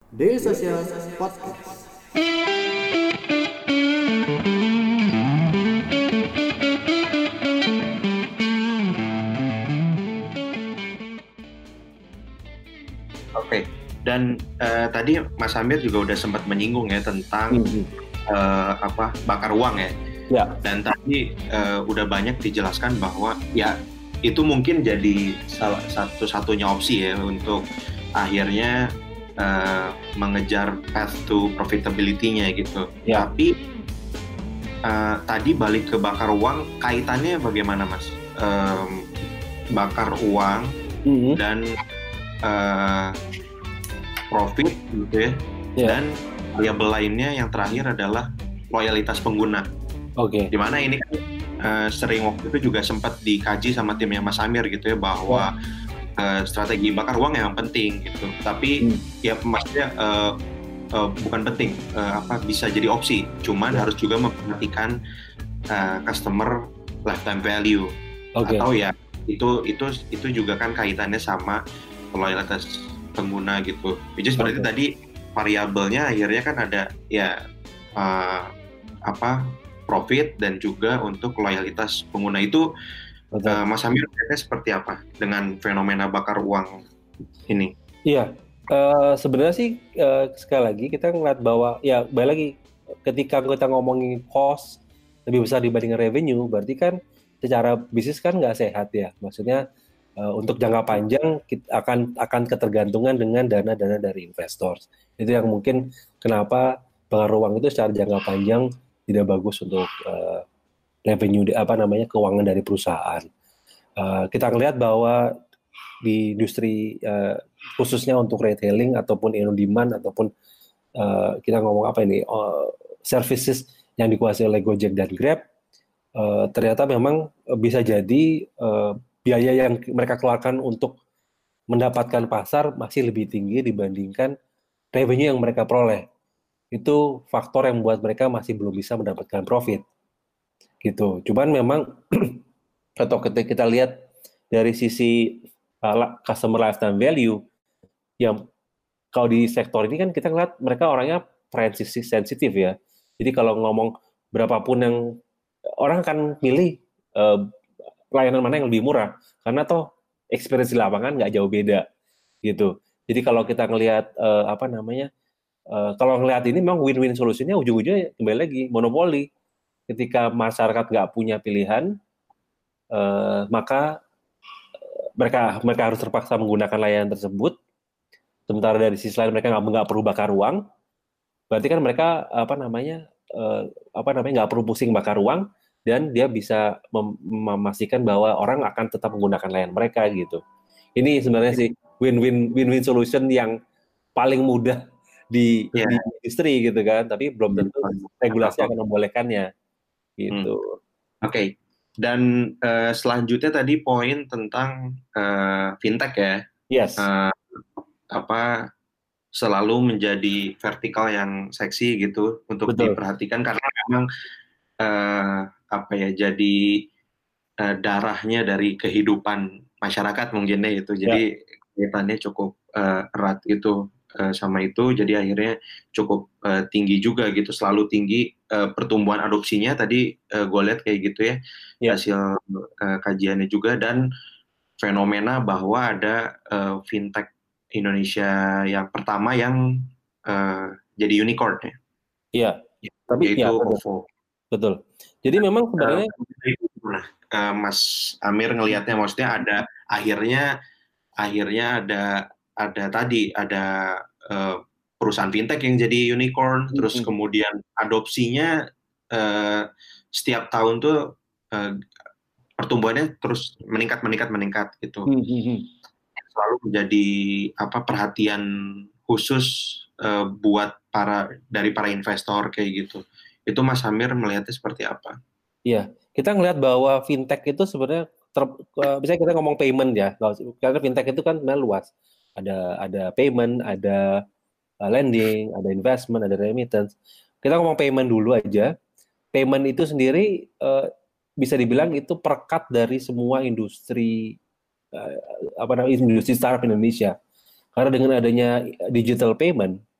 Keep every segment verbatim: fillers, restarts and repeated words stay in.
Daily Social Podcast. Oke, dan uh, tadi Mas Amir juga udah sempat menyinggung ya tentang Hmm. uh, apa bakar uang ya. Ya. Dan tadi uh, udah banyak dijelaskan bahwa ya itu mungkin jadi salah satu-satunya opsi ya untuk akhirnya uh, mengejar path to profitability-nya gitu. Ya. Tapi uh, tadi balik ke bakar uang, kaitannya bagaimana Mas? Um, bakar uang Hmm. dan uh, profit gitu ya, Ya. dan variabel lainnya yang terakhir adalah loyalitas pengguna. Oke. Dimana ini kan uh, sering waktu itu juga sempat dikaji sama timnya Mas Amir gitu ya bahwa uh, strategi bakar uang yang penting gitu. Tapi Hmm. ya maksudnya uh, uh, bukan penting, uh, apa bisa jadi opsi. Cuman Ya. harus juga memperhatikan uh, customer lifetime value. Oke. Atau ya itu itu itu juga kan kaitannya sama loyalitas pengguna gitu. Which is berarti Oke. tadi variabelnya akhirnya kan ada ya uh, apa profit dan juga untuk loyalitas pengguna itu. Betul. uh, Mas Amir lihatnya seperti apa dengan fenomena bakar uang ini? Iya, uh, sebenarnya sih uh, sekali lagi kita ngeliat bahwa ya balik lagi ketika kita ngomongin cost lebih besar dibanding revenue, berarti kan secara bisnis kan nggak sehat ya. Maksudnya uh, untuk jangka panjang kita akan akan ketergantungan dengan dana-dana dari investor. Itu yang mungkin kenapa bakar uang itu secara jangka panjang tidak bagus untuk uh, revenue apa namanya keuangan dari perusahaan. Uh, kita ngelihat bahwa di industri uh, khususnya untuk retailing ataupun on demand ataupun uh, kita ngomong apa ini uh, services yang dikuasai oleh Gojek dan Grab, uh, ternyata memang bisa jadi uh, biaya yang mereka keluarkan untuk mendapatkan pasar masih lebih tinggi dibandingkan revenue yang mereka peroleh. Itu faktor yang membuat mereka masih belum bisa mendapatkan profit. Gitu. Cuman memang atau ketika kita lihat dari sisi uh, customer lifetime value, yang kalau di sektor ini kan kita ngeliat mereka orangnya price sensitif ya. Jadi kalau ngomong berapapun yang orang akan milih uh, layanan mana yang lebih murah, karena toh experience di lapangan nggak jauh beda gitu. Jadi kalau kita ngelihat uh, apa namanya, uh, kalau ngelihat ini memang win-win solusinya ujung-ujungnya kembali lagi monopoli. Ketika masyarakat nggak punya pilihan, uh, maka mereka mereka harus terpaksa menggunakan layanan tersebut. Sementara dari sisi lain mereka nggak nggak perlu bakar uang. Berarti kan mereka apa namanya uh, apa namanya nggak perlu pusing bakar uang dan dia bisa mem- memastikan bahwa orang akan tetap menggunakan layanan mereka gitu. Ini sebenarnya sih win-win win-win solution yang paling mudah di, Ya, di industri gitu kan, tapi belum tentu regulasi akan membolehkannya gitu. Hmm. Oke, okay. Dan uh, selanjutnya tadi poin tentang uh, fintech ya, Yes. uh, apa selalu menjadi vertikal yang seksi gitu untuk Betul. diperhatikan karena memang uh, apa ya jadi uh, darahnya dari kehidupan masyarakat mungkin ya itu, jadi kaitannya cukup uh, erat gitu uh, sama itu, jadi akhirnya cukup uh, tinggi juga gitu, selalu tinggi uh, pertumbuhan adopsinya tadi uh, gue lihat kayak gitu ya, Ya. hasil uh, kajiannya juga, dan fenomena bahwa ada uh, fintech Indonesia yang pertama yang uh, jadi unicorn ya. Iya. Tapi Yaitu ya O V O. betul. Jadi memang sebenarnya uh, uh, Mas Amir ngelihatnya maksudnya ada akhirnya akhirnya ada ada tadi ada uh, perusahaan fintech yang jadi unicorn, terus mm-hmm. kemudian adopsinya uh, setiap tahun tuh uh, pertumbuhannya terus meningkat meningkat meningkat gitu. Mm-hmm. Selalu menjadi apa perhatian khusus uh, buat para dari para investor kayak gitu. Itu Mas Amir melihatnya seperti apa? Iya, kita ngelihat bahwa fintech itu sebenarnya ter, uh, misalnya kita ngomong payment ya, karena fintech itu kan sebenarnya luas. Ada ada payment, ada uh, lending, ada investment, ada remittance. Kita ngomong payment dulu aja. Payment itu sendiri uh, bisa dibilang itu perekat dari semua industri uh, apa namanya industri startup Indonesia. Karena dengan adanya digital payment,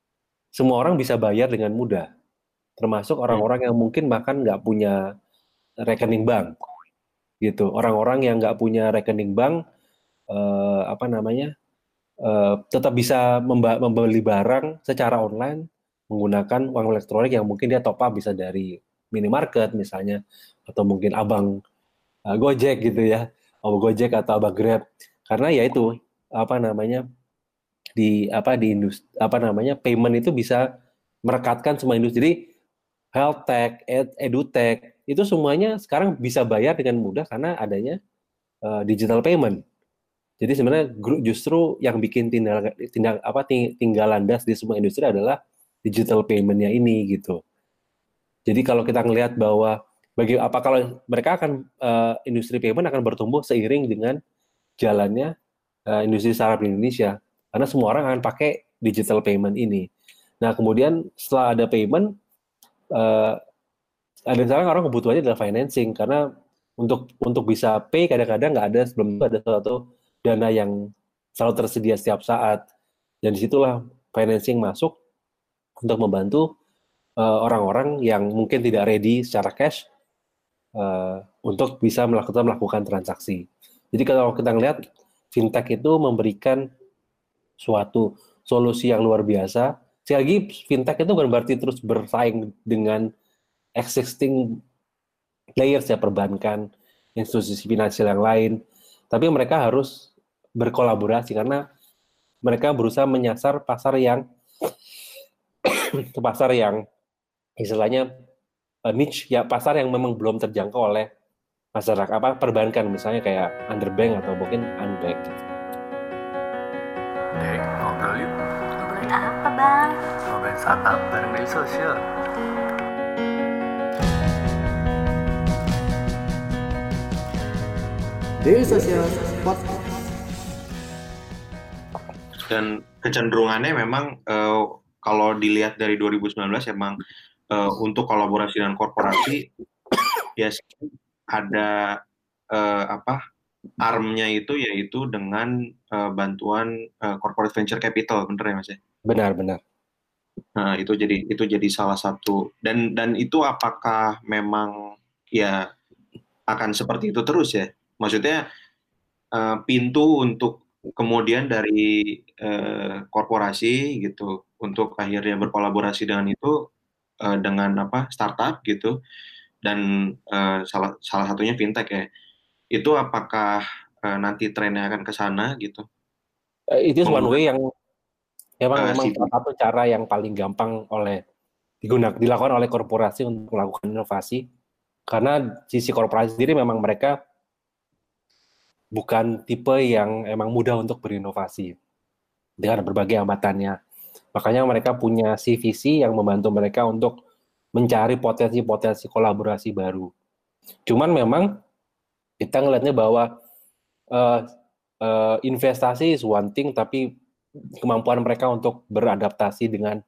semua orang bisa bayar dengan mudah, termasuk orang-orang yang mungkin bahkan nggak punya rekening bank, gitu. Orang-orang yang nggak punya rekening bank, eh, apa namanya, eh, tetap bisa memba- membeli barang secara online menggunakan uang elektronik yang mungkin dia top up bisa dari minimarket misalnya, atau mungkin abang eh, Gojek gitu ya, abang Gojek atau abang Grab. Karena ya itu apa namanya di apa di industri apa namanya payment itu bisa merekatkan semua industri. Jadi health tech, ed, edutech itu semuanya sekarang bisa bayar dengan mudah karena adanya uh, digital payment. Jadi sebenarnya gru- justru yang bikin tinggal tinggal apa ting- tinggal landas di semua industri adalah digital payment-nya ini gitu. Jadi kalau kita ngelihat bahwa bagi apa kalau mereka akan uh, industri payment akan bertumbuh seiring dengan jalannya uh, industri startup di Indonesia karena semua orang akan pakai digital payment ini. Nah, kemudian setelah ada payment uh, ada sekarang orang kebutuhannya adalah financing karena untuk untuk bisa pay kadang-kadang nggak ada sebelum itu ada suatu dana yang selalu tersedia setiap saat dan disitulah financing masuk untuk membantu uh, orang-orang yang mungkin tidak ready secara cash uh, untuk bisa melakukan melakukan transaksi. Jadi kalau kita ngelihat fintech itu memberikan suatu solusi yang luar biasa. Sekali lagi fintech itu bukan berarti terus bersaing dengan existing players ya perbankan, institusi finansial yang lain. Tapi mereka harus berkolaborasi karena mereka berusaha menyasar pasar yang ke pasar yang istilahnya uh, niche ya pasar yang memang belum terjangkau oleh masyarakat apa perbankan misalnya kayak underbank atau mungkin unbanked. Dek, ngobrol yuk. Ngobrolin apa, Bang? Ngobrolin startup bareng Daily Social. Daily Social Podcast. Dan kecenderungannya memang uh, kalau dilihat dari dua ribu sembilan belas emang uh, untuk kolaborasi dengan korporasi ya ada uh, apa armnya itu yaitu dengan uh, bantuan uh, corporate venture capital, bener ya Mas ya? Benar-benar. Nah, itu jadi itu jadi salah satu dan dan itu apakah memang ya akan seperti itu terus ya? Maksudnya uh, pintu untuk kemudian dari uh, korporasi gitu untuk akhirnya berkolaborasi dengan itu uh, dengan apa startup gitu dan uh, salah salah satunya fintech ya. Itu apakah uh, nanti trennya akan ke sana gitu? Uh, it is one Menggunakan way yang memang uh, memang C V. salah satu cara yang paling gampang oleh digunakan dilakukan oleh korporasi untuk melakukan inovasi karena sisi korporasi sendiri memang mereka bukan tipe yang emang mudah untuk berinovasi dengan berbagai hambatannya. Makanya mereka punya C V C yang membantu mereka untuk mencari potensi-potensi kolaborasi baru. Cuman memang kita ngelihatnya bahwa uh, uh, investasi is one thing, tapi kemampuan mereka untuk beradaptasi dengan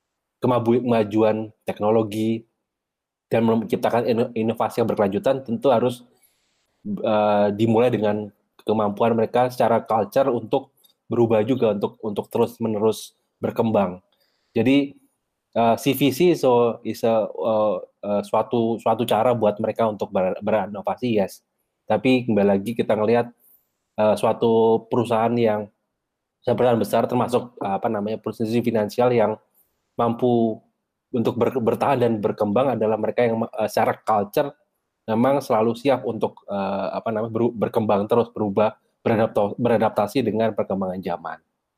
kemajuan teknologi dan menciptakan inovasi yang berkelanjutan tentu harus uh, dimulai dengan kemampuan mereka secara culture untuk berubah juga untuk untuk terus menerus berkembang. Jadi uh, C V C so is a, uh, uh, suatu suatu cara buat mereka untuk ber, berinovasi yes. Tapi kembali lagi kita ngelihat uh, suatu perusahaan yang perusahaan besar termasuk uh, apa namanya perusahaan finansial yang mampu untuk ber, bertahan dan berkembang adalah mereka yang uh, secara culture memang selalu siap untuk uh, apa namanya ber, berkembang terus berubah beradaptasi, beradaptasi dengan perkembangan zaman.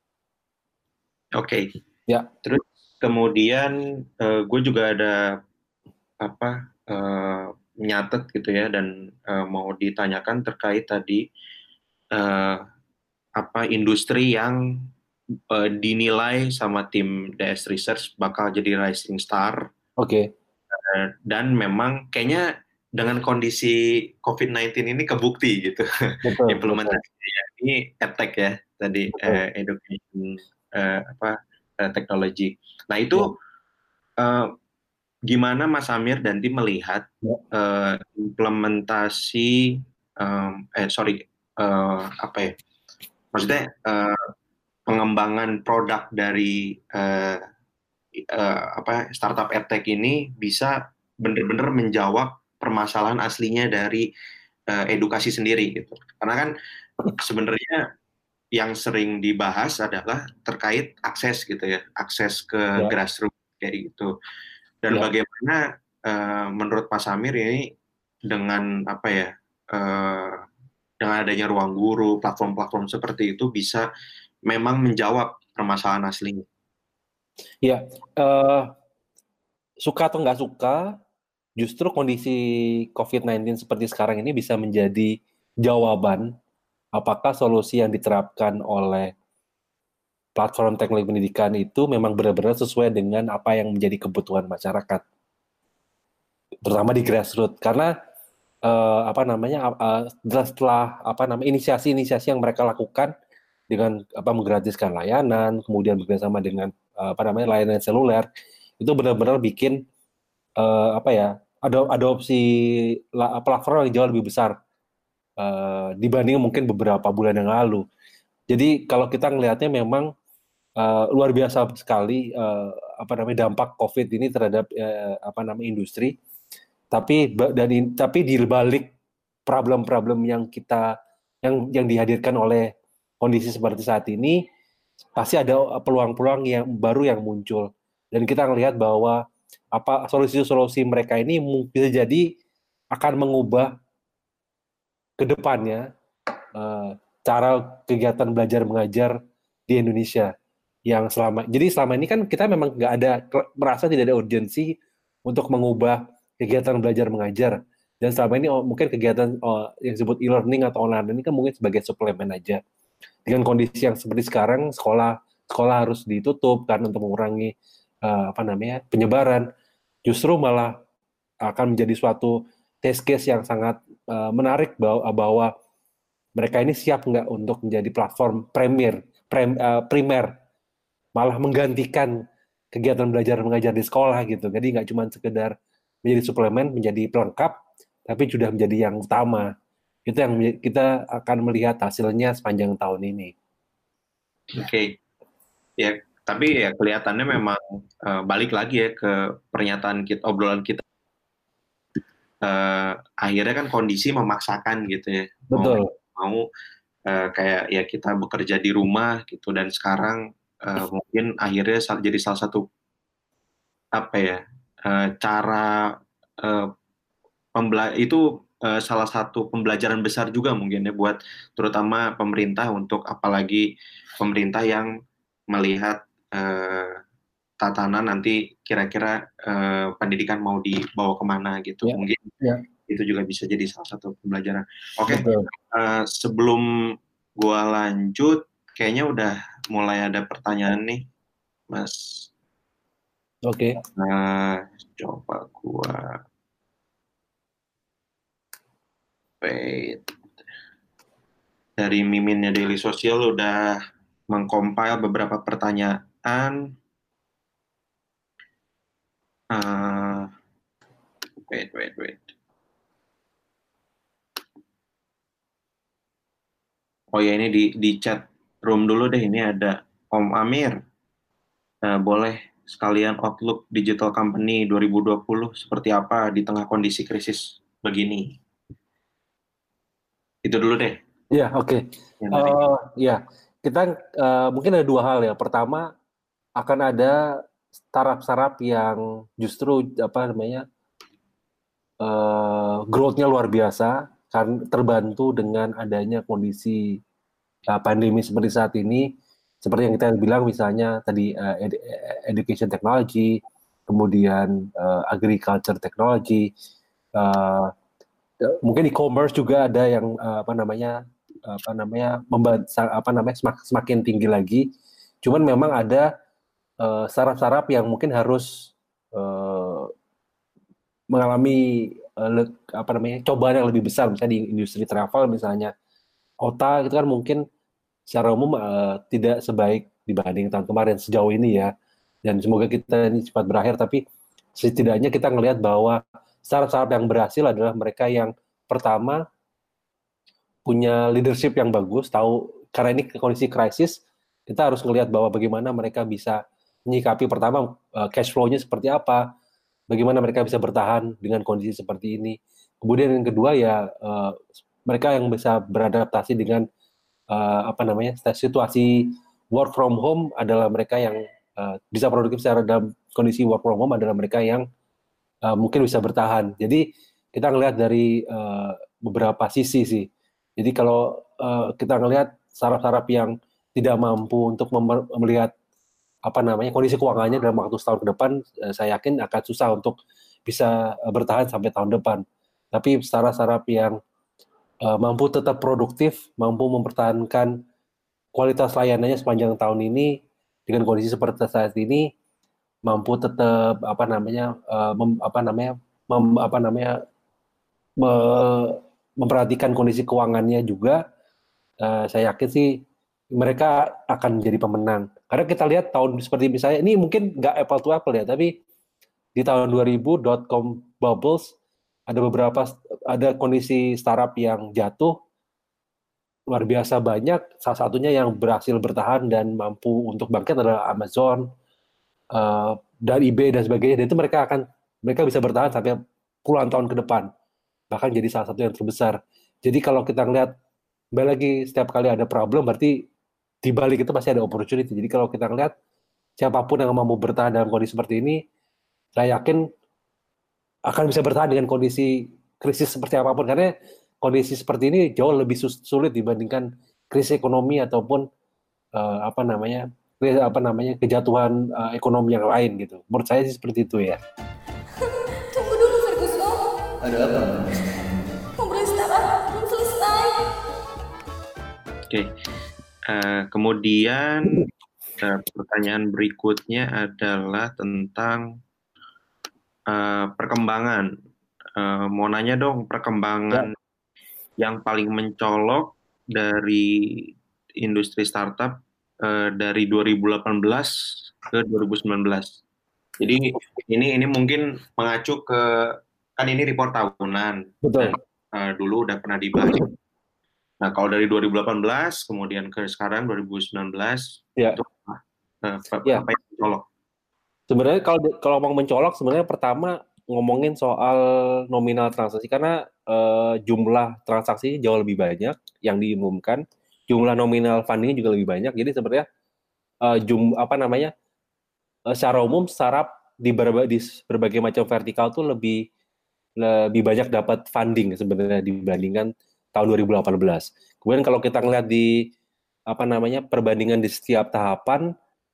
Oke. Okay. Ya. Terus kemudian uh, gue juga ada apa uh, nyatet gitu ya dan uh, mau ditanyakan terkait tadi uh, apa industri yang uh, dinilai sama tim D S Research bakal jadi rising star. Oke. Okay. Uh, dan memang kayaknya dengan kondisi covid sembilan belas ini kebukti gitu. Betul, implementasinya betul. Ini edtech ya tadi uh, education uh, apa uh, teknologi. Nah itu ya. uh, gimana Mas Amir dan tim melihat ya. uh, implementasi um, eh sorry uh, apa ya maksudnya uh, pengembangan produk dari uh, uh, apa startup edtech ini bisa benar-benar menjawab permasalahan aslinya dari uh, edukasi sendiri gitu. Karena kan sebenarnya yang sering dibahas adalah terkait akses gitu ya, akses ke Ya. grassroots kayak gitu. Dan Ya. bagaimana uh, menurut Pak Samir ini dengan apa ya, uh, dengan adanya ruang guru, platform-platform seperti itu bisa memang menjawab permasalahan aslinya. Ya, uh, suka atau nggak suka, justru kondisi covid sembilan belas seperti sekarang ini bisa menjadi jawaban apakah solusi yang diterapkan oleh platform teknologi pendidikan itu memang benar-benar sesuai dengan apa yang menjadi kebutuhan masyarakat, terutama di grassroots. Karena uh, apa namanya, uh, setelah apa namanya inisiasi-inisiasi yang mereka lakukan dengan apa menggratiskan layanan, kemudian bekerjasama dengan uh, apa namanya layanan seluler, itu benar-benar bikin uh, apa ya ada adopsi la, platform yang jauh lebih besar uh, dibanding mungkin beberapa bulan yang lalu. Jadi kalau kita ngelihatnya memang uh, luar biasa sekali uh, apa namanya dampak COVID ini terhadap uh, apa namanya industri. Tapi dan tapi di balik problem-problem yang kita yang yang dihadirkan oleh kondisi seperti saat ini, pasti ada peluang-peluang yang baru yang muncul, dan kita melihat bahwa apa solusi-solusi mereka ini bisa jadi akan mengubah ke depannya uh, cara kegiatan belajar mengajar di Indonesia yang selama jadi selama ini kan kita memang nggak ada merasa tidak ada urgensi untuk mengubah kegiatan belajar mengajar, dan selama ini oh, mungkin kegiatan oh, yang disebut e-learning atau online ini kan mungkin sebagai suplemen aja. Dengan kondisi yang seperti sekarang, sekolah sekolah harus ditutup karena untuk mengurangi uh, apa namanya penyebaran, justru malah akan menjadi suatu test case yang sangat uh, menarik bahwa, bahwa mereka ini siap nggak untuk menjadi platform premier, prem, uh, primer, malah menggantikan kegiatan belajar mengajar di sekolah gitu. Jadi nggak cuma sekedar menjadi suplemen, menjadi pelengkap, tapi sudah menjadi yang utama. Itu yang kita akan melihat hasilnya sepanjang tahun ini. Oke, okay. Ya, tapi ya kelihatannya memang uh, balik lagi ya ke pernyataan kita, obrolan kita. Uh, akhirnya kan kondisi memaksakan gitu ya. Betul. Mau, mau uh, kayak ya kita bekerja di rumah gitu, dan sekarang uh, mungkin akhirnya jadi salah satu apa ya uh, cara uh, pembela- itu Uh, salah satu pembelajaran besar juga mungkin ya buat terutama pemerintah, untuk apalagi pemerintah yang melihat uh, tatanan nanti kira-kira uh, pendidikan mau dibawa kemana gitu. Ya, mungkin ya. Itu juga bisa jadi salah satu pembelajaran. Oke, okay. uh, sebelum gua lanjut, kayaknya udah mulai ada pertanyaan nih, Mas. Oke. Okay. Nah, coba gua Wait. Dari Miminnya Daily Social udah mengcompile beberapa pertanyaan. Uh, wait, wait, wait. Oh ya, ini di di chat room dulu deh. Ini ada Om Amir. Uh, boleh sekalian outlook digital company dua ribu dua puluh seperti apa di tengah kondisi krisis begini? Itu dulu deh. Iya, oke. Okay. Uh, ya, kita uh, mungkin ada dua hal ya. Pertama, akan ada startup-startup yang justru apa namanya uh, growth-nya luar biasa, kan terbantu dengan adanya kondisi uh, pandemi seperti saat ini. Seperti yang kita bilang, misalnya tadi uh, ed- education technology, kemudian uh, agriculture technology. Uh, mungkin e-commerce juga ada yang uh, apa namanya apa namanya membantu, apa namanya semak, semakin tinggi lagi. Cuman memang ada uh, startup-startup yang mungkin harus uh, mengalami uh, apa namanya cobaan yang lebih besar, misalnya di industri travel misalnya. O T A itu kan mungkin secara umum uh, tidak sebaik dibanding tahun kemarin sejauh ini ya. Dan semoga kita ini cepat berakhir, tapi setidaknya kita ngelihat bahwa startup-startup yang berhasil adalah mereka yang pertama punya leadership yang bagus, tahu karena ini kondisi krisis, kita harus ngelihat bahwa bagaimana mereka bisa menyikapi pertama uh, cash flow-nya seperti apa, bagaimana mereka bisa bertahan dengan kondisi seperti ini. Kemudian yang kedua ya uh, mereka yang bisa beradaptasi dengan uh, apa namanya situasi work from home adalah mereka yang uh, bisa produktif secara dalam kondisi work from home adalah mereka yang uh, mungkin bisa bertahan. Jadi kita ngelihat dari uh, beberapa sisi sih. Jadi kalau uh, kita ngelihat startup-startup yang tidak mampu untuk mem- melihat apa namanya kondisi keuangannya dalam waktu setahun ke depan, uh, saya yakin akan susah untuk bisa uh, bertahan sampai tahun depan. Tapi startup-startup yang uh, mampu tetap produktif, mampu mempertahankan kualitas layanannya sepanjang tahun ini dengan kondisi seperti saat ini, mampu tetap apa namanya uh, mem, apa namanya mem, apa namanya me, memperhatikan kondisi keuangannya juga, uh, saya yakin sih mereka akan menjadi pemenang. Karena kita lihat tahun seperti misalnya ini mungkin nggak apple to apple ya, tapi di tahun dua ribu dot-com bubbles ada beberapa ada kondisi startup yang jatuh luar biasa banyak. Salah satunya yang berhasil bertahan dan mampu untuk bangkit adalah Amazon uh, dan eBay dan sebagainya. Dan itu mereka akan mereka bisa bertahan sampai puluhan tahun ke depan, bahkan jadi salah satu yang terbesar. Jadi kalau kita ngelihat kembali lagi setiap kali ada problem berarti di balik itu pasti ada opportunity. Jadi kalau kita ngelihat siapapun yang mampu bertahan dalam kondisi seperti ini, saya yakin akan bisa bertahan dengan kondisi krisis seperti apapun, karena kondisi seperti ini jauh lebih sulit dibandingkan krisis ekonomi ataupun uh, apa namanya apa namanya kejatuhan uh, ekonomi yang lain gitu. Menurut saya sih seperti itu ya. Tunggu dulu Ferguson. Ada apa? Ngobrol startup belum selesai. Oke, uh, kemudian uh, pertanyaan berikutnya adalah tentang uh, perkembangan. Uh, mau nanya dong perkembangan ya. yang paling mencolok dari industri startup uh, dari dua ribu delapan belas ke dua ribu sembilan belas. Jadi ini ini mungkin mengacu ke kan ini report tahunan. Betul. Dan uh, dulu udah pernah dibahas. Nah, kalau dari dua ribu delapan belas kemudian ke sekarang dua ribu sembilan belas ya. itu uh, apa, ya. apa yang mencolok? Sebenarnya kalau kalau mau mencolok sebenarnya pertama ngomongin soal nominal transaksi karena uh, jumlah transaksi jauh lebih banyak yang diumumkan, jumlah nominal funding juga lebih banyak. Jadi sebenarnya uh, jum apa namanya uh, secara umum startup di, berba, di berbagai macam vertikal tuh lebih lebih banyak dapat funding sebenarnya dibandingkan tahun dua ribu delapan belas. Kemudian kalau kita ngelihat di apa namanya perbandingan di setiap tahapan,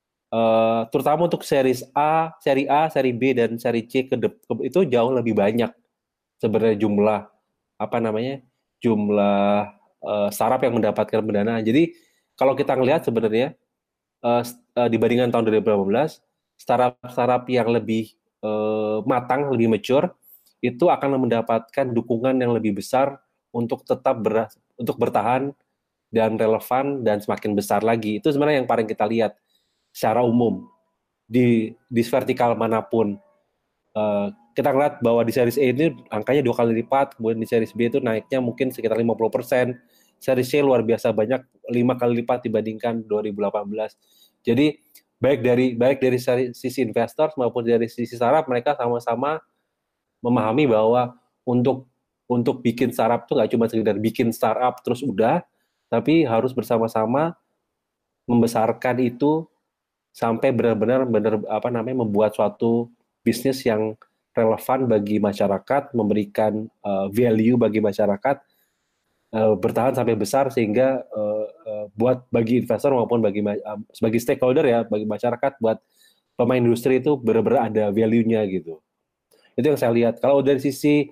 Uh, terutama untuk series A, seri A, seri B dan seri C ke, de- ke itu jauh lebih banyak sebenarnya jumlah apa namanya jumlah uh, startup yang mendapatkan pendanaan. Jadi kalau kita ngelihat sebenarnya uh, uh, dibandingkan tahun dua ribu delapan belas startup-startup yang lebih uh, matang, lebih mature itu akan mendapatkan dukungan yang lebih besar untuk tetap ber- untuk bertahan dan relevan dan semakin besar lagi. Itu sebenarnya yang paling kita lihat secara umum di di vertikal manapun. Uh, kita ngeliat bahwa di series A ini angkanya dua kali lipat, kemudian di series B itu naiknya mungkin sekitar lima puluh persen, series C luar biasa banyak, lima kali lipat dibandingkan dua ribu delapan belas. Jadi baik dari baik dari sisi investor maupun dari sisi startup mereka sama-sama memahami bahwa untuk untuk bikin startup itu nggak cuma sekedar bikin startup terus udah, tapi harus bersama-sama membesarkan itu sampai benar-benar benar apa namanya membuat suatu bisnis yang relevan bagi masyarakat, memberikan uh, value bagi masyarakat, uh, bertahan sampai besar sehingga uh, uh, buat bagi investor maupun bagi uh, sebagai stakeholder ya bagi masyarakat, buat pemain industri itu benar-benar ada value-nya gitu. Itu yang saya lihat. Kalau dari sisi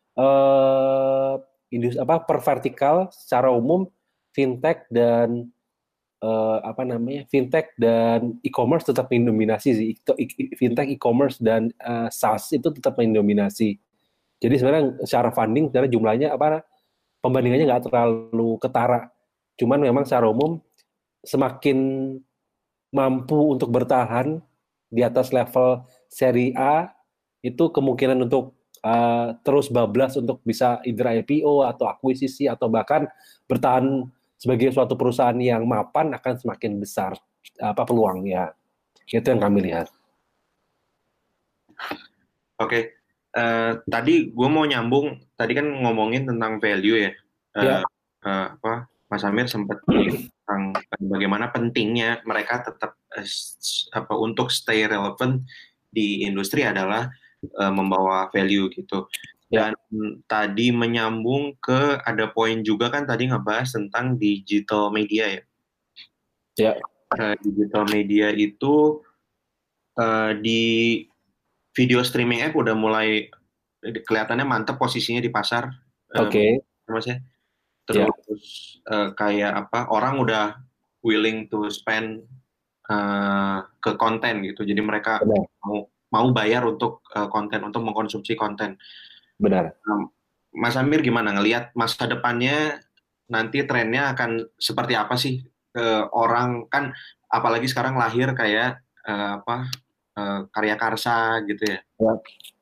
uh, industri apa per vertikal secara umum fintech dan Uh, apa namanya fintech dan e-commerce tetap mendominasi sih. Fintech, e-commerce dan uh, SaaS itu tetap mendominasi. Jadi sebenarnya secara funding sebenarnya jumlahnya apa pembandingannya nggak terlalu ketara. Cuman memang secara umum semakin mampu untuk bertahan di atas level seri A itu kemungkinan untuk uh, terus bablas untuk bisa either I P O atau akuisisi atau bahkan bertahan sebagai suatu perusahaan yang mapan akan semakin besar apa peluangnya. Itu yang kami lihat. Oke, uh, tadi gue mau nyambung, tadi kan ngomongin tentang value ya, uh, Ya. uh, apa Mas Amir sempat tentang bagaimana pentingnya mereka tetap uh, apa untuk stay relevant di industri adalah uh, membawa value gitu. Dan ya. Tadi menyambung ke ada poin juga kan tadi ngebahas tentang digital media ya. Ya. Uh, digital media itu uh, di video streaming app udah mulai kelihatannya mantap posisinya di pasar. Oke. Um, Mas ya. Terus yeah. uh, kayak apa orang udah willing to spend uh, ke konten gitu. Jadi mereka Benar. mau mau bayar untuk uh, konten, untuk mengkonsumsi konten. Benar. Um, Mas Amir gimana ngelihat masa depannya nanti trennya akan seperti apa sih? Uh, orang kan apalagi sekarang lahir kayak uh, apa Uh, karya karsa gitu ya. Ya.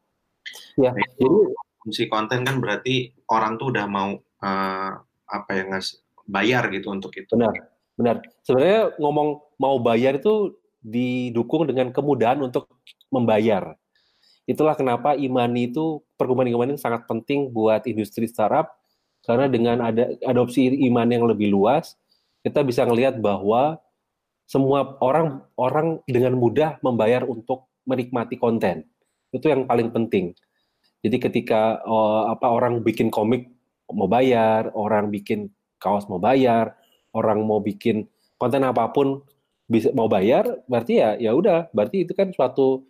Ya. Nah, Jadi fungsi konten kan berarti orang tuh udah mau uh, apa ya ngas bayar gitu untuk itu. Benar, benar. Sebenarnya ngomong mau bayar itu didukung dengan kemudahan untuk membayar. Itulah kenapa e-money itu perkembangan e-money sangat penting buat industri startup karena dengan ada adopsi e-money yang lebih luas, kita bisa ngelihat bahwa semua orang orang dengan mudah membayar untuk menikmati konten. Itu yang paling penting. Jadi ketika oh, apa orang bikin komik mau bayar, orang bikin kaos mau bayar, orang mau bikin konten apapun bisa mau bayar, berarti ya ya udah, berarti itu kan suatu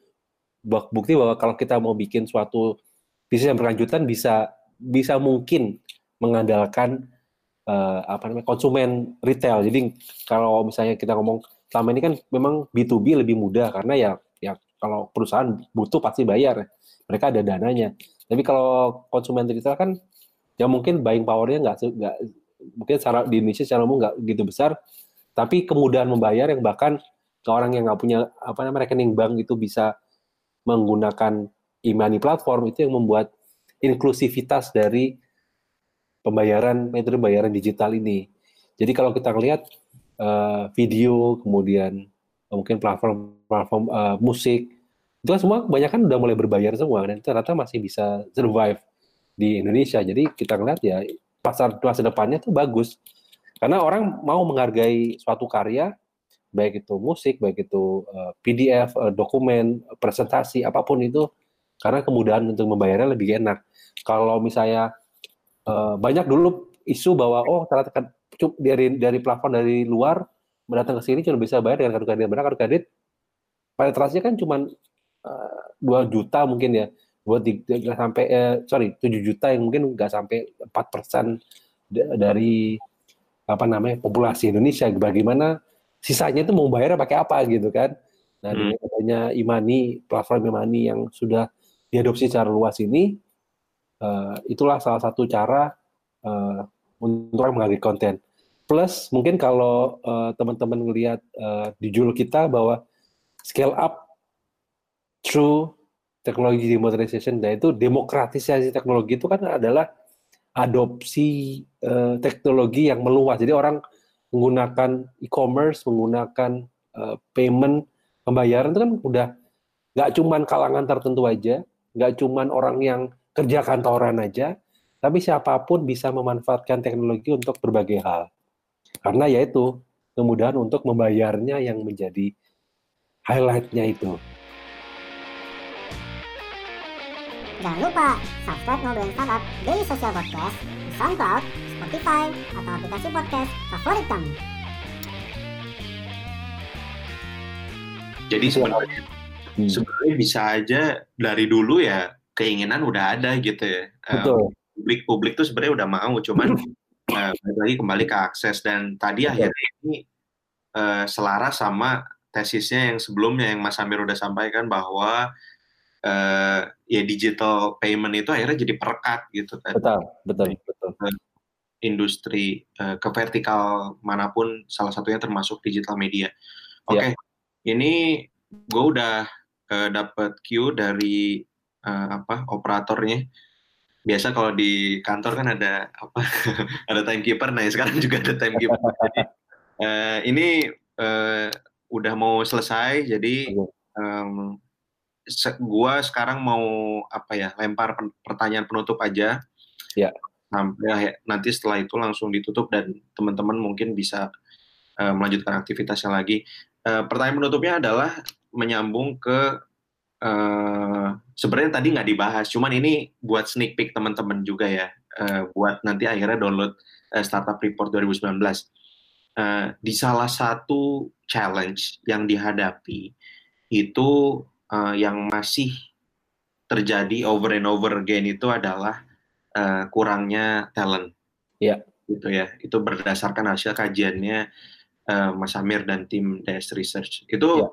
bukti bahwa kalau kita mau bikin suatu bisnis yang berkelanjutan bisa bisa mungkin mengandalkan uh, apa namanya konsumen retail. Jadi kalau misalnya kita ngomong selama ini kan memang B to B lebih mudah karena ya ya kalau perusahaan butuh pasti bayar, mereka ada dananya. Tapi kalau konsumen retail kan ya mungkin buying power-nya nggak nggak mungkin secara di Indonesia secara umum nggak gitu besar, tapi kemudahan membayar yang bahkan ke orang yang nggak punya apa namanya rekening bank itu bisa menggunakan e-money platform itu yang membuat inklusivitas dari pembayaran metode pembayaran digital ini. Jadi kalau kita lihat uh, video, kemudian uh, mungkin platform-platform uh, musik, itu kan semua kebanyakan udah mulai berbayar semua dan ternyata masih bisa survive di Indonesia. Jadi kita lihat ya pasar masa depannya tuh bagus karena orang mau menghargai suatu karya, baik itu musik, baik itu uh, P D F, uh, dokumen, presentasi, apapun itu, karena kemudahan untuk membayarnya lebih enak. Kalau misalnya uh, banyak dulu isu bahwa oh ternyata dari dari platform dari luar mendatang ke sini cuma bisa bayar dengan kartu kredit. Benar kartu kredit penetrasinya kan cuma uh, dua juta mungkin ya, buat nggak sampai eh, sorry tujuh juta yang mungkin nggak sampai empat persen dari apa namanya populasi Indonesia. Bagaimana sisanya itu mau bayar pakai apa gitu kan? Nah, dengan hmm. adanya e-money, platform e-money yang sudah diadopsi secara luas ini, uh, itulah salah satu cara uh, untuk menghargai konten. Plus mungkin kalau uh, teman-teman melihat uh, di judul kita bahwa scale up through teknologi democratization, dan itu demokratisasi teknologi itu kan adalah adopsi uh, teknologi yang meluas. Jadi orang menggunakan e-commerce, menggunakan uh, payment, pembayaran itu kan udah nggak cuman kalangan tertentu aja, nggak cuman orang yang kerja kantoran aja, tapi siapapun bisa memanfaatkan teknologi untuk berbagai hal. Karena yaitu kemudahan untuk membayarnya yang menjadi highlight-nya itu. Jangan lupa subscribe Ngobrolin Startup Daily Social Podcast di SoundCloud, Spotify, atau aplikasi podcast favorit kamu. Jadi sebenarnya hmm. sebenarnya bisa aja dari dulu ya keinginan udah ada gitu ya. Betul. Publik-publik tuh sebenarnya udah mau, cuman uh, lagi kembali ke akses. Dan tadi Betul. akhirnya ini uh, selaras sama tesisnya yang sebelumnya yang Mas Amir udah sampaikan bahwa Uh, ya digital payment itu akhirnya jadi perekat gitu kan. Betul, betul, betul. Industri uh, ke vertikal manapun, salah satunya termasuk digital media. Oke, okay. yeah. Ini gue udah uh, dapat cue dari uh, apa operatornya. Biasa kalau di kantor kan ada apa ada timekeeper, nah sekarang juga ada timekeeper. Jadi uh, ini uh, udah mau selesai, jadi Oke. um, se- gua sekarang mau apa ya lempar pen- pertanyaan penutup aja. Ya. Sampai nanti setelah itu langsung ditutup dan teman-teman mungkin bisa uh, melanjutkan aktivitasnya lagi. Uh, pertanyaan penutupnya adalah menyambung ke uh, sebenarnya tadi nggak dibahas, cuman ini buat sneak peek teman-teman juga ya, uh, buat nanti akhirnya download uh, Startup Report dua ribu sembilan belas. Uh, di salah satu challenge yang dihadapi itu uh, yang masih terjadi over and over again itu adalah uh, kurangnya talent. Iya. Gitu ya. Itu berdasarkan hasil kajiannya uh, Mas Amir dan tim D S Research. Itu Ya.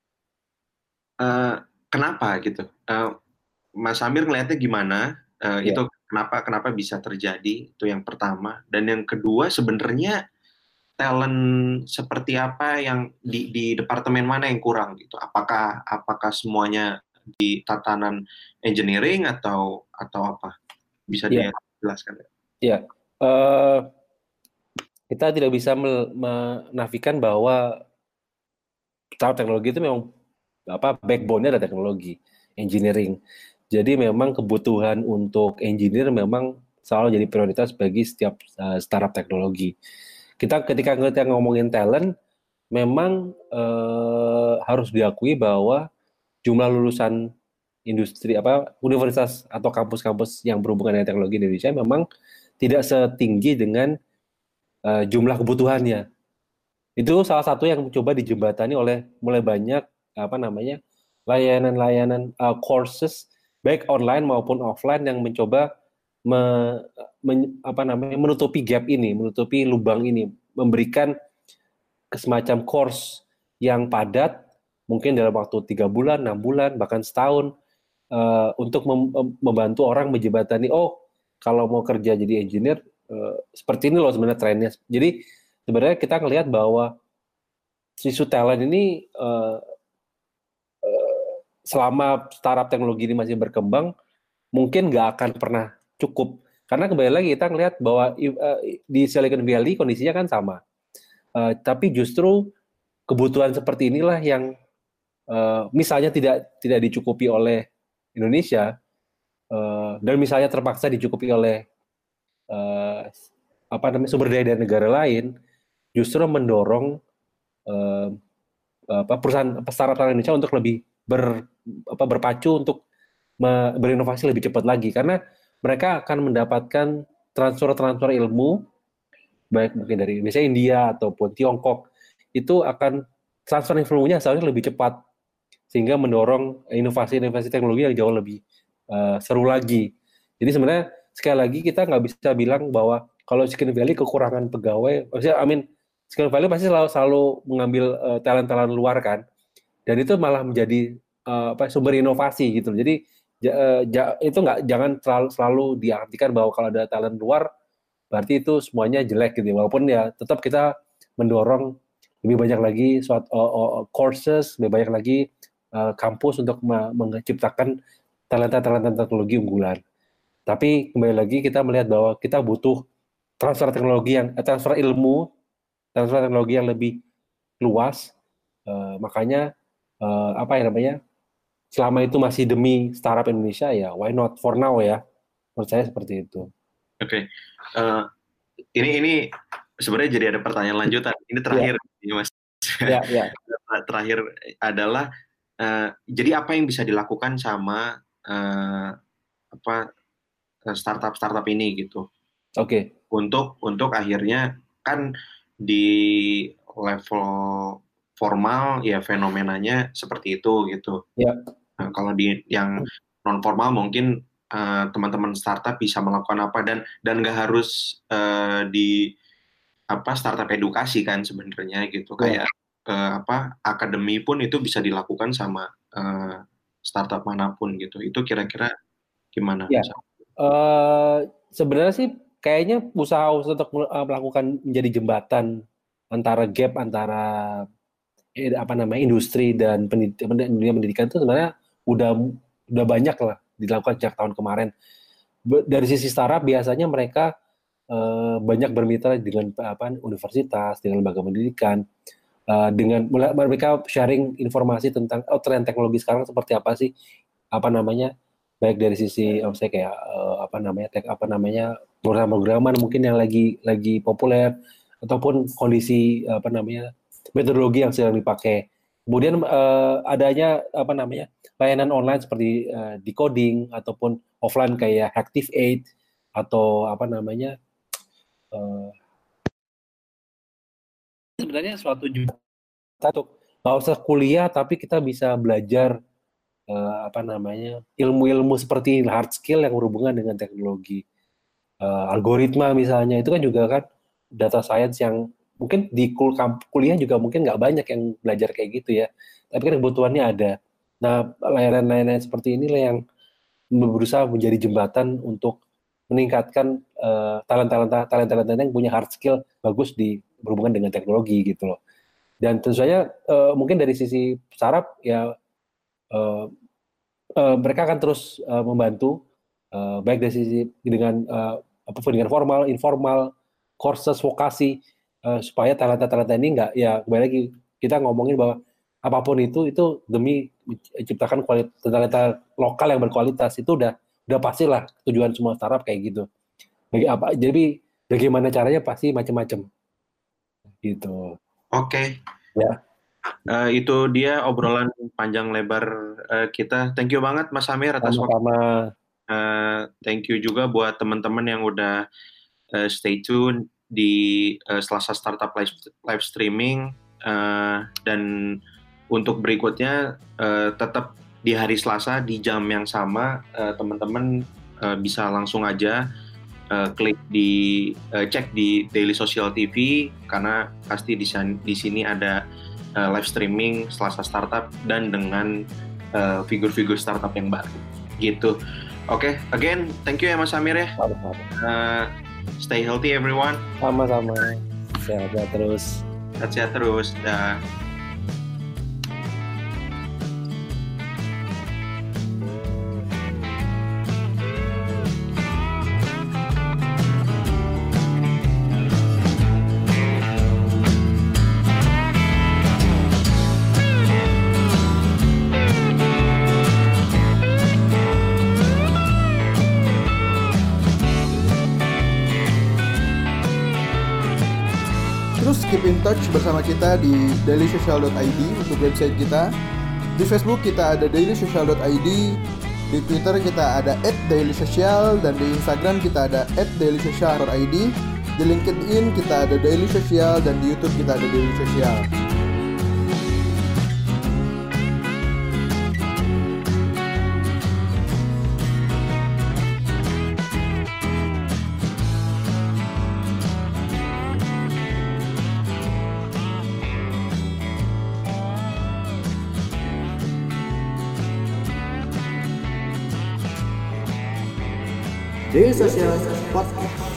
uh, kenapa gitu? Uh, Mas Amir ngelihatnya gimana? Uh, Ya. Itu kenapa kenapa bisa terjadi? Itu yang pertama. Dan yang kedua sebenarnya talent seperti apa yang di, di departemen mana yang kurang gitu? Apakah apakah semuanya di tatanan engineering atau atau apa? Bisa Ya. dijelaskan? Ya, uh, kita tidak bisa menafikan bahwa startup teknologi itu memang apa backbone-nya ada teknologi, engineering. Jadi memang kebutuhan untuk engineer memang selalu jadi prioritas bagi setiap uh, startup teknologi. Kita ketika kita ngomongin talent, memang uh, harus diakui bahwa jumlah lulusan industri apa universitas atau kampus-kampus yang berhubungan dengan teknologi di Indonesia memang tidak setinggi dengan uh, jumlah kebutuhannya. Itu salah satu yang mencoba dijembatani oleh mulai banyak apa namanya layanan-layanan uh, courses baik online maupun offline yang mencoba me, men, apa namanya menutupi gap ini, menutupi lubang ini, memberikan semacam course yang padat, mungkin dalam waktu tiga bulan, enam bulan, bahkan setahun, uh, untuk mem- membantu orang menjembatani, oh kalau mau kerja jadi engineer, uh, seperti ini loh sebenarnya trennya. Jadi sebenarnya kita ngelihat bahwa isu talent ini uh, uh, selama startup teknologi ini masih berkembang, mungkin nggak akan pernah cukup. Karena kembali lagi kita ngelihat bahwa uh, di Silicon Valley kondisinya kan sama. Uh, tapi justru kebutuhan seperti inilah yang uh, misalnya tidak tidak dicukupi oleh Indonesia uh, dan misalnya terpaksa dicukupi oleh uh, apa namanya sumber daya dari negara lain, justru mendorong uh, apa perusahaan startup Indonesia untuk lebih ber, apa, berpacu untuk me, berinovasi lebih cepat lagi karena mereka akan mendapatkan transfer-transfer ilmu baik mungkin dari Indonesia, India ataupun Tiongkok itu akan transfer ilmunya seharusnya lebih cepat sehingga mendorong inovasi-inovasi teknologi yang jauh lebih uh, seru lagi. Jadi sebenarnya sekali lagi kita nggak bisa bilang bahwa kalau Silicon Valley kekurangan pegawai, maksudnya I mean Silicon Valley pasti selalu selalu mengambil uh, talent-talent luar kan, dan itu malah menjadi uh, apa sumber inovasi gitu. Jadi ja, ja, itu nggak jangan selalu, selalu diartikan bahwa kalau ada talent luar berarti itu semuanya jelek gitu. Walaupun ya tetap kita mendorong lebih banyak lagi suatu uh, uh, courses, lebih banyak lagi uh, kampus untuk ma- menciptakan talenta-talenta teknologi unggulan. Tapi kembali lagi kita melihat bahwa kita butuh transfer teknologi yang eh, transfer ilmu, transfer teknologi yang lebih luas. Uh, makanya uh, apa ya namanya? Selama itu masih demi startup Indonesia ya, why not for now ya? Menurut saya seperti itu. Oke, okay. uh, ini ini sebenarnya jadi ada pertanyaan lanjutan. Ini terakhir, ya. Mas. Ya, ya. Terakhir adalah uh, jadi apa yang bisa dilakukan sama uh, apa startup startup ini gitu? Oke. Okay. Untuk untuk akhirnya kan di level formal ya fenomenanya seperti itu gitu. Ya. Nah, kalau di yang non formal mungkin uh, teman-teman startup bisa melakukan apa dan dan nggak harus uh, di apa startup edukasi kan sebenarnya gitu ya. Kayak uh, apa akademi pun itu bisa dilakukan sama uh, startup manapun gitu. Itu kira-kira gimana? Ya. Uh, sebenarnya sih kayaknya usaha untuk melakukan menjadi jembatan antara gap antara eh, apa namanya industri dan pendid- dunia pendidikan itu sebenarnya udah udah banyak lah dilakukan sejak tahun kemarin. Dari sisi startup biasanya mereka eh, banyak bermitra dengan apa universitas, dengan lembaga pendidikan uh, dengan mulai mereka sharing informasi tentang oh, tren teknologi sekarang seperti apa sih, apa namanya, baik dari sisi oh, saya kayak uh, apa namanya tek, apa namanya program-programan mungkin yang lagi lagi populer ataupun kondisi apa namanya metodologi yang sedang dipakai. Kemudian uh, adanya apa namanya layanan online seperti uh, decoding ataupun offline kayak Hacktive Aid atau apa namanya uh, sebenarnya suatu juga untuk nggak usah kuliah tapi kita bisa belajar uh, apa namanya ilmu-ilmu seperti hard skill yang berhubungan dengan teknologi. Uh, algoritma misalnya itu kan juga kan data science yang mungkin di kul- kuliah juga mungkin nggak banyak yang belajar kayak gitu ya, tapi kan kebutuhannya ada. Nah layanan-layanan seperti inilah yang berusaha menjadi jembatan untuk meningkatkan uh, talent-talenta talent-talenta yang punya hard skill bagus di berhubungan dengan teknologi gitu loh. Dan tentu saja uh, mungkin dari sisi startup ya uh, uh, mereka akan terus uh, membantu uh, baik dari sisi dengan uh, apa dengan formal, informal, courses vokasi uh, supaya talenta-talenta ini nggak ya kembali lagi kita ngomongin bahwa apapun itu itu demi menciptakan kualitas talenta lokal yang berkualitas itu udah udah pastilah tujuan semua startup kayak gitu. Bagi apa? Jadi bagaimana caranya pasti macam-macam gitu. Oke. Okay. Ya. Uh, itu dia obrolan panjang lebar uh, kita. Thank you banget Mas Amir atas waktu. Uh, thank you juga buat teman-teman yang udah uh, stay tune di uh, Selasa Startup live, live streaming uh, dan untuk berikutnya uh, tetap di hari Selasa di jam yang sama uh, teman-teman uh, bisa langsung aja uh, klik di uh, cek di Daily Social T V karena pasti di, di sini ada uh, live streaming Selasa Startup dan dengan uh, figur-figur startup yang baru gitu. Oke, okay. Again, thank you ya Mas Amir ya. Uh, stay healthy everyone. Sama-sama. Sehat-sehat terus. Sehat-sehat terus. Dah. Keep in touch bersama kita di daily social dot i d untuk website kita. Di Facebook kita ada daily social dot i d, di Twitter kita ada at dailysocial, dan di Instagram kita ada at dailysocial dot i d. Di LinkedIn kita ada Daily Social, dan di YouTube kita ada Daily Social. Daily Social Podcast.